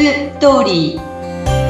ストーリー。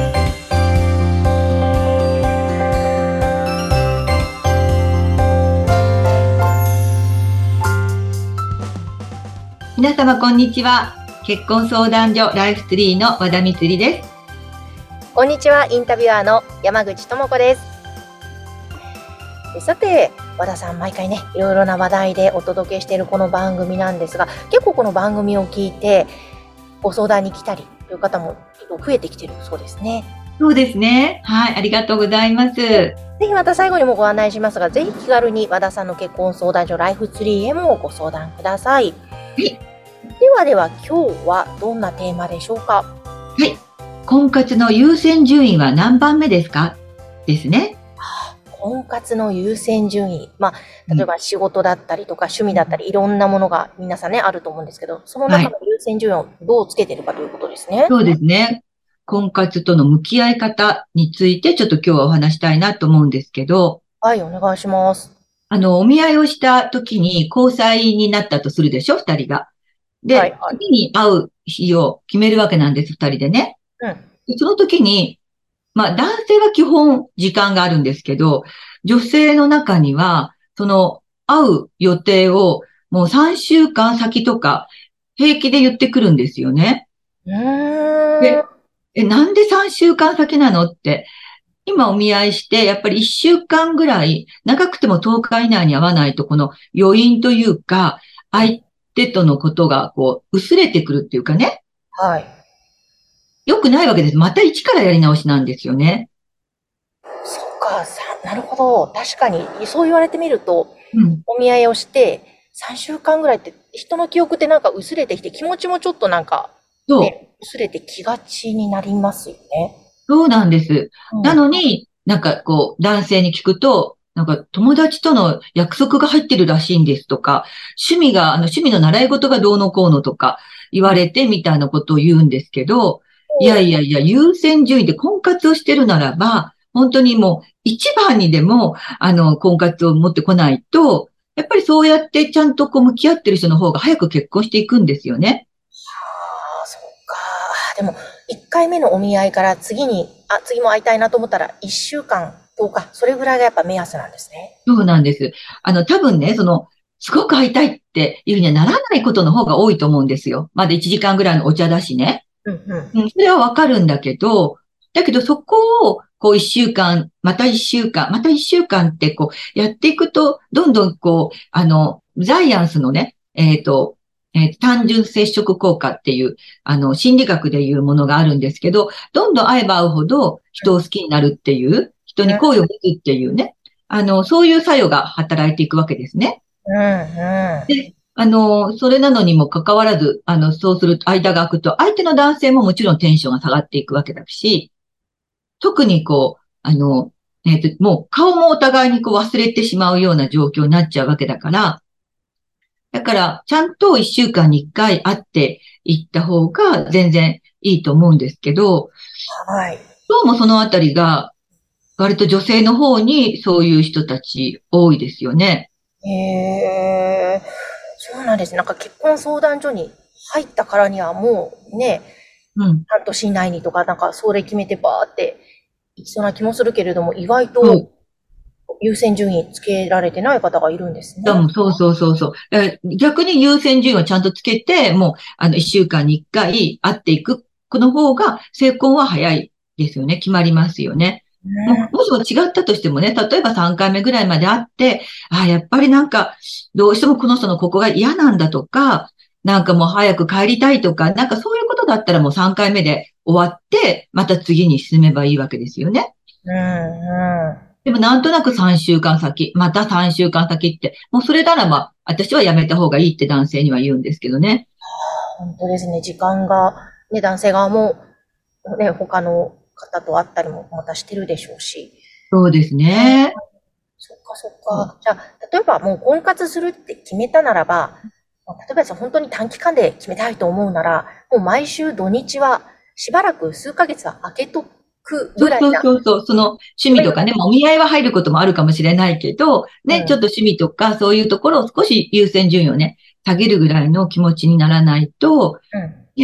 皆様こんにちは。結婚相談所ライフツリーの和田光です。 こんにちは。インタビュアーの山口智子です。さて、和田さん、毎回ね、いろいろな話題でお届けしているこの番組なんですが、結構この番組を聞いてご相談に来たりという方も結構増えてきているそうですね。 そうですね。はい、ありがとうございます。ぜひまた最後にもご案内しますが、ぜひ気軽に和田さんの結婚相談所ライフツリーへもご相談ください。 はい。 では今日はどんなテーマでしょうか？ はい。婚活の優先順位は何番目ですかですね。 婚活の優先順位。例えば仕事だったりとか趣味だったり、いろんなものが皆さんね、あると思うんですけど、その中の優先順位をどうつけているかということですね。 そうですね。婚活との向き合い方についてちょっと今日はお話したいなと思うんですけど。 はい、お願いします。 お見合いをした時に交際になったとするでしょ、二人が。で、次に会う日を決めるわけなんです、二人でね。その時に、男性は基本時間があるんですけど、女性の中には、会う予定をもう3週間先とか、平気で言ってくるんですよね。で、なんで3週間先なのって、今お見合いして、やっぱり1週間ぐらい、長くても10日以内に会わないと、この余韻というか、相手とのことが薄れてくるっていうかね。 はい。 良くないわけです。また一からやり直しなんですよね。 そっか、なるほど。確かに、そう言われてみると、お見合いをして3週間ぐらいって人の記憶ってなんか薄れてきて、気持ちもちょっとなんか、薄れてきがちになりますよね。 そうなんです。なのに、男性に聞くと、友達との約束が入ってるらしいんですとか、趣味の習い事がどうのこうのとか言われてみたいなことを言うんですけど、いやいやいや、優先順位で婚活をしてるならば、本当にもう一番にでも、婚活を持ってこないと、やっぱりそうやってちゃんと向き合ってる人の方が早く結婚していくんですよね。 はあ、そっか。でも、1回目のお見合いから次も会いたいなと思ったら、1週間、10日、それぐらいがやっぱ目安なんですね。 そうなんです。多分ね、すごく会いたいっていうふうにはならないことの方が多いと思うんですよ。まだ1時間ぐらいのお茶だしね。それはわかるんだけど、そこを、1週間、また1週間、また1週間ってやっていくと、どんどんザイアンスのね、単純接触効果っていう、心理学でいうものがあるんですけど、どんどん会えば会うほど人を好きになるっていう、人に好意を持つっていうね、そういう作用が働いていくわけですね。で、それなのにもかかわらず、そうすると間が空くと、相手の男性ももちろんテンションが下がっていくわけだし、特にもう顔もお互いに忘れてしまうような状況になっちゃうわけだから、ちゃんと一週間に一回会っていった方が全然いいと思うんですけど、 はい。 どうもそのあたりが、割と女性の方にそういう人たち多いですよね。 へえ、そうなんですね。なんか結婚相談所に入ったからにはもうね、半年以内にとか、なんかそれ決めてバーっていきそうな気もするけれども、意外と優先順位つけられてない方がいるんですね。 そう。逆に優先順位をちゃんとつけて、もう、一週間に一回会っていく。この方が成婚は早いですよね。決まりますよね。もしも違ったとしてもね、例えば3回目ぐらいまで会って、やっぱりどうしてもこの人のここが嫌なんだとか、もう早く帰りたいとか、そういうことだったらもう3回目で終わって、また次に進めばいいわけですよね。でもなんとなく3週間先、また3週間先って、もうそれならば、私はやめた方がいいって男性には言うんですけどね。 本当ですね。時間が、ね、男性側も、ね、他の方と会ったりもまたしてるでしょうし。 そうですね。 そっか。じゃあ、例えばもう婚活するって決めたならば、例えば本当に短期間で決めたいと思うなら、もう毎週土日はしばらく数ヶ月は空けとくぐらいな。 その趣味とかね、お見合いは入ることもあるかもしれないけど、ね、ちょっと趣味とかそういうところを少し優先順位をね、下げるぐらいの気持ちにならないと、ね、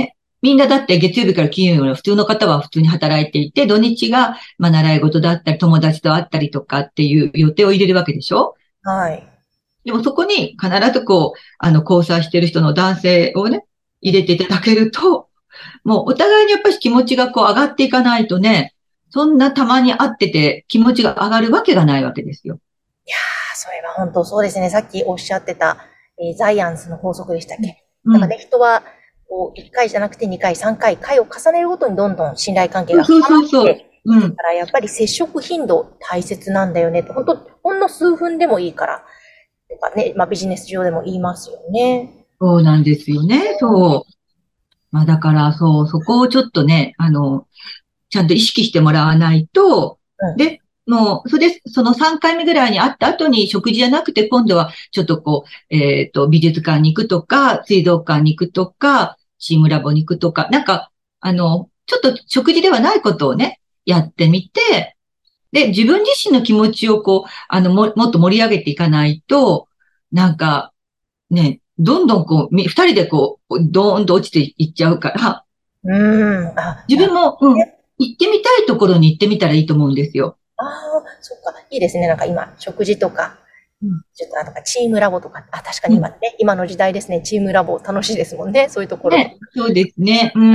みんなだって月曜日から金曜日まで普通の方は普通に働いていて、土日が、まあ、習い事だったり、友達と会ったりとかっていう予定を入れるわけでしょ？ はい。 でもそこに必ずこう、交際してる人の男性をね、入れていただけると、もうお互いにやっぱり気持ちがこう上がっていかないとね、そんなたまに会ってて気持ちが上がるわけがないわけですよ。 いやー、それは本当そうですね。さっきおっしゃってた、ザイアンスの法則でしたっけ？ うん。 なんかね、人は、こう、1回じゃなくて2回、3回、回を重ねるごとにどんどん信頼関係がそう深まそうそう。 っていうん。 くから、やっぱり接触頻度大切なんだよねと、本当ほんの数分でもいいから、とかね、まあビジネス上でも言いますよね。 そうなんですよね。そう。まあだからそう、そこをちょっとね、ちゃんと意識してもらわないと、 うん。 で、もう、それで、その3回目ぐらいに会った後に食事じゃなくて、今度はちょっとこう、美術館に行くとか、水族館に行くとか、チームラボに行くとか、なんか、ちょっと食事ではないことをね、やってみて、で、自分自身の気持ちをこう、もっと盛り上げていかないと、なんか、ね、どんどんこう、二人でこう、ドーンと落ちていっちゃうから、 あ、なる自分も、うん、行ってみたいところに行ってみたらいいと思うんですよ。 ああ、そっか。いいですね。なんか今、食事とか、 うん。 ちょっとなんとかチームラボとか、あ、確かうん。 に今ね、今の時代ですね、チームラボ楽しいですもんね、そういうところとか。 ね、そうですね。うん。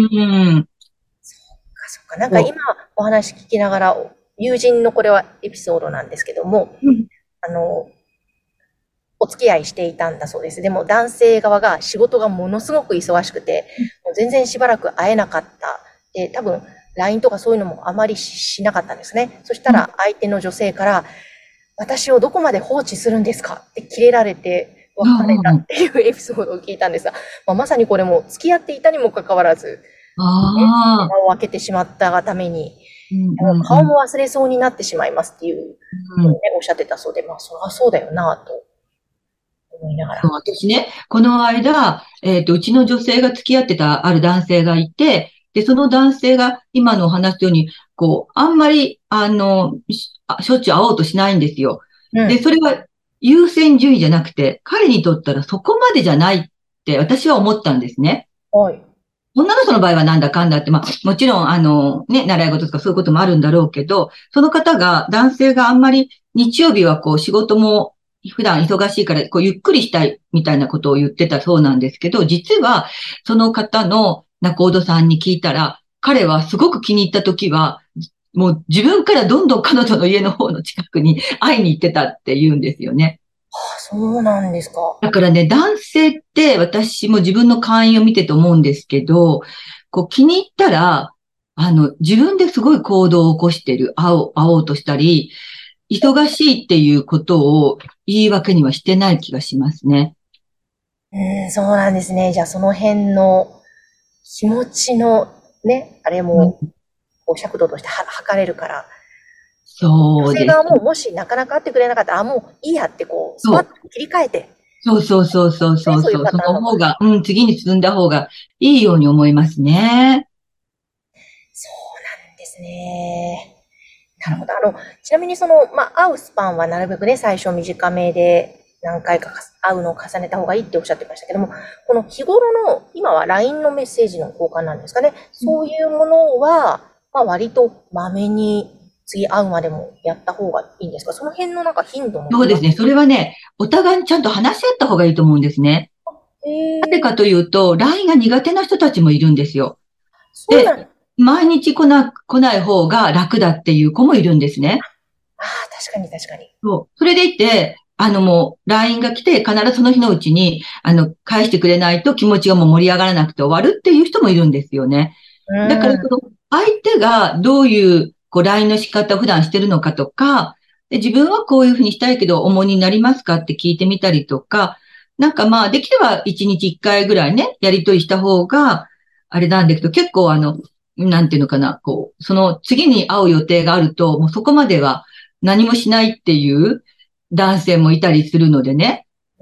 そっか。なんか今そお話聞きながら、友人のこれはエピソードなんですけども、 う。うん。 あの、お付き合いしていたんだそうです。でも男性側が仕事がものすごく忙しくて、もう全然しばらく会えなかった。で、多分 LINE とかそういうのもあまりしなかったんですね。そしたうん。 ら相手の女性から、私をどこまで放置するんですかってキレられて別れたっていうエピソードを聞いたんですが、まさにこれも付き合っていたにもかかわらず、 ああ。 顔を開けてしまったがために、 うん、 もううん、うん。 顔も忘れそうになってしまいますっていう、 うん。 おっしゃってたそうで、まあそりゃそうだよなと思いながそう、 ら。 私ね、この間、うちの女性が付き合ってたある男性がいて、で、その男性が今のお話のように、こう、あんまり、しょっちゅう会おうとしないんですよ。で、 うん。 それは優先順位じゃなくて、彼にとったらそこまでじゃないって私は思ったんですね。 はい。 女の人の場合はなんだかんだって、まあ、もちろん、ね、習い事とかそういうこともあるんだろうけど、その方が、男性があんまり日曜日はこう仕事も普段忙しいから、こうゆっくりしたいみたいなことを言ってたそうなんですけど、実はその方の仲人さんに聞いたら、彼はすごく気に入った時は、もう自分からどんどん彼女の家の方の近くに会いに行ってたって言うんですよね。 あ、そうなんですか。 だからね、男性って私も自分の会員を見てて思うんですけど、こう気に入ったら、自分ですごい行動を起こしてる、会おうとしたり、忙しいっていうことを言い訳にはしてない気がしますね。 そうなんですね。じゃあその辺の気持ちのね、あれも、 うん、 こう尺度として測れるから、女そうです。 性側ももしなかなか会ってくれなかったら、あ、もういいやってこう、スパッとそう。 切り替えて、 そうそうそうそうそね、 うそう。そそういうパターンの場合。 の方が、うん、次に進んだ方がいいように思いますね。 そうなんですね。なるほど。ちなみに会うスパンはなるべくね、最初短めで何回か会うのを重ねた方がいいっておっしゃってましたけども、この日頃の、今は LINE のメッセージの交換なんですかね。そういうものは、割とまめに次会うまでもやった方がいいんですか？その辺のなんか頻度の見分そうですね。それはね、お互いにちゃんと話し合った方がいいと思うんですね。 け。 なぜかというと、LINE が苦手な人たちもいるんですよ。で、 そうなん毎日来ない方が楽だっていう子もいるんですね。 ああ、確かに確かに。 そう。それでいて、もう、LINE が来て、必ずその日のうちに、返してくれないと気持ちがもう盛り上がらなくて終わるっていう人もいるんですよね。 うだから、 ん。 相手がどういう、こう、LINE の仕方を普段してるのかとか、で、自分はこういうふうにしたいけど、重荷になりますかって聞いてみたりとか、なんかまあ、できれば1日1回ぐらいね、やりとりした方が、あれなんですけど、結構なんていうのかな、こう、その次に会う予定があると、もうそこまでは何もしないっていう男性もいたりするのでね。 うん。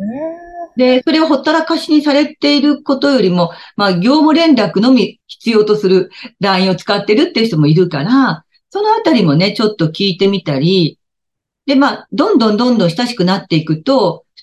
で、それをほったらかしにされていることよりも、まあ、業務連絡のみ必要とする LINE を使ってるっていう人もいるから、そのあたりもね、ちょっと聞いてみたり、で、まあ、どんどんどんどん親しくなっていくと、普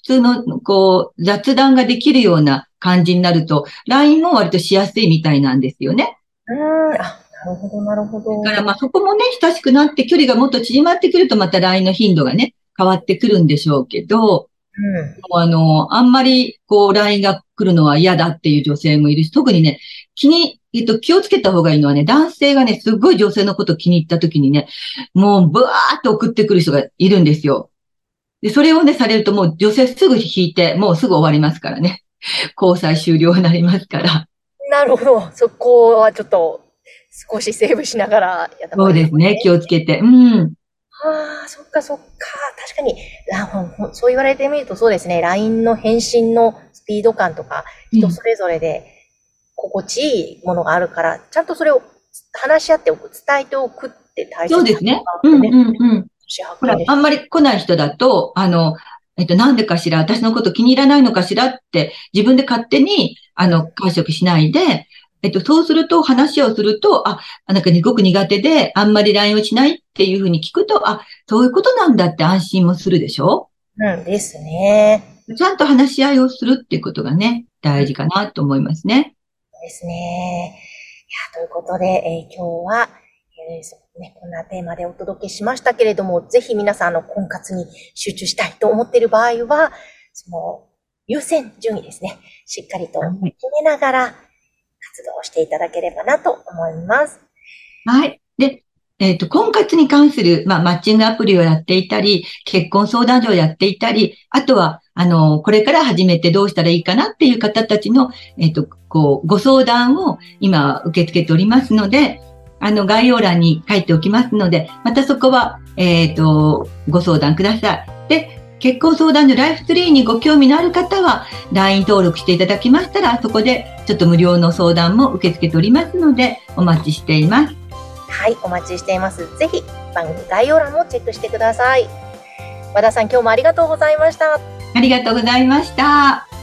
通の、雑談ができるような感じになると、LINE も割としやすいみたいなんですよね。 なるほど、なるほど。 だからそこもね、親しくなって距離がもっと縮まってくるとまた LINE の頻度がね、変わってくるんでしょうけど、あんまり、LINE が来るのは嫌だっていう女性もいるし、特にね、気をつけた方がいいのはね、男性がね、すごい女性のこと気に入った時にね、もう、ブワーっと送ってくる人がいるんですよ。で、それをね、されるともう女性すぐ引いて、もうすぐ終わりますからね。交際終了になりますから。 なるほど。そこはちょっと、少しセーブしながらやった方そがいいですね。 うですね。気をつけて。 そっかそっか。確かに、そう言われてみるとそうですね。LINE の返信のスピード感とか、人それぞれで心地いいものがあるから、ちゃんとそれを話し合っておく、伝えておくって大切そうですね。ほら、あんまり来ない人だと、なんでかしら、私のこと気に入らないのかしらって自分で勝手に、解釈しないで、そうすると、話をすると、なんかすごく苦手で、あんまり LINE をしないっていうふうに聞くと、そういうことなんだって安心もするでしょ？ ですね。 ちゃんと話し合いをするっていうことがね、大事かなと思いますね。 ですね。ということで、今日は、こんなテーマでお届けしましたけれども、ぜひ皆さん婚活に集中したいと思っている場合は、その優先順位ですね、しっかりと決めながら活動していただければなと思います。 はい。で、婚活に関する、マッチングアプリをやっていたり、結婚相談所をやっていたり、あとは、これから始めてどうしたらいいかなっていう方たちの、ご相談を今受け付けておりますので、概要欄に書いておきますので、またそこは、ご相談ください。で、結婚相談所ライフツリーにご興味のある方は、LINE 登録していただきましたら、そこでちょっと無料の相談も受け付けておりますので、お待ちしています。 はい、お待ちしています。ぜひ番組概要欄もチェックしてください。和田さん、今日もありがとうございました。 ありがとうございました。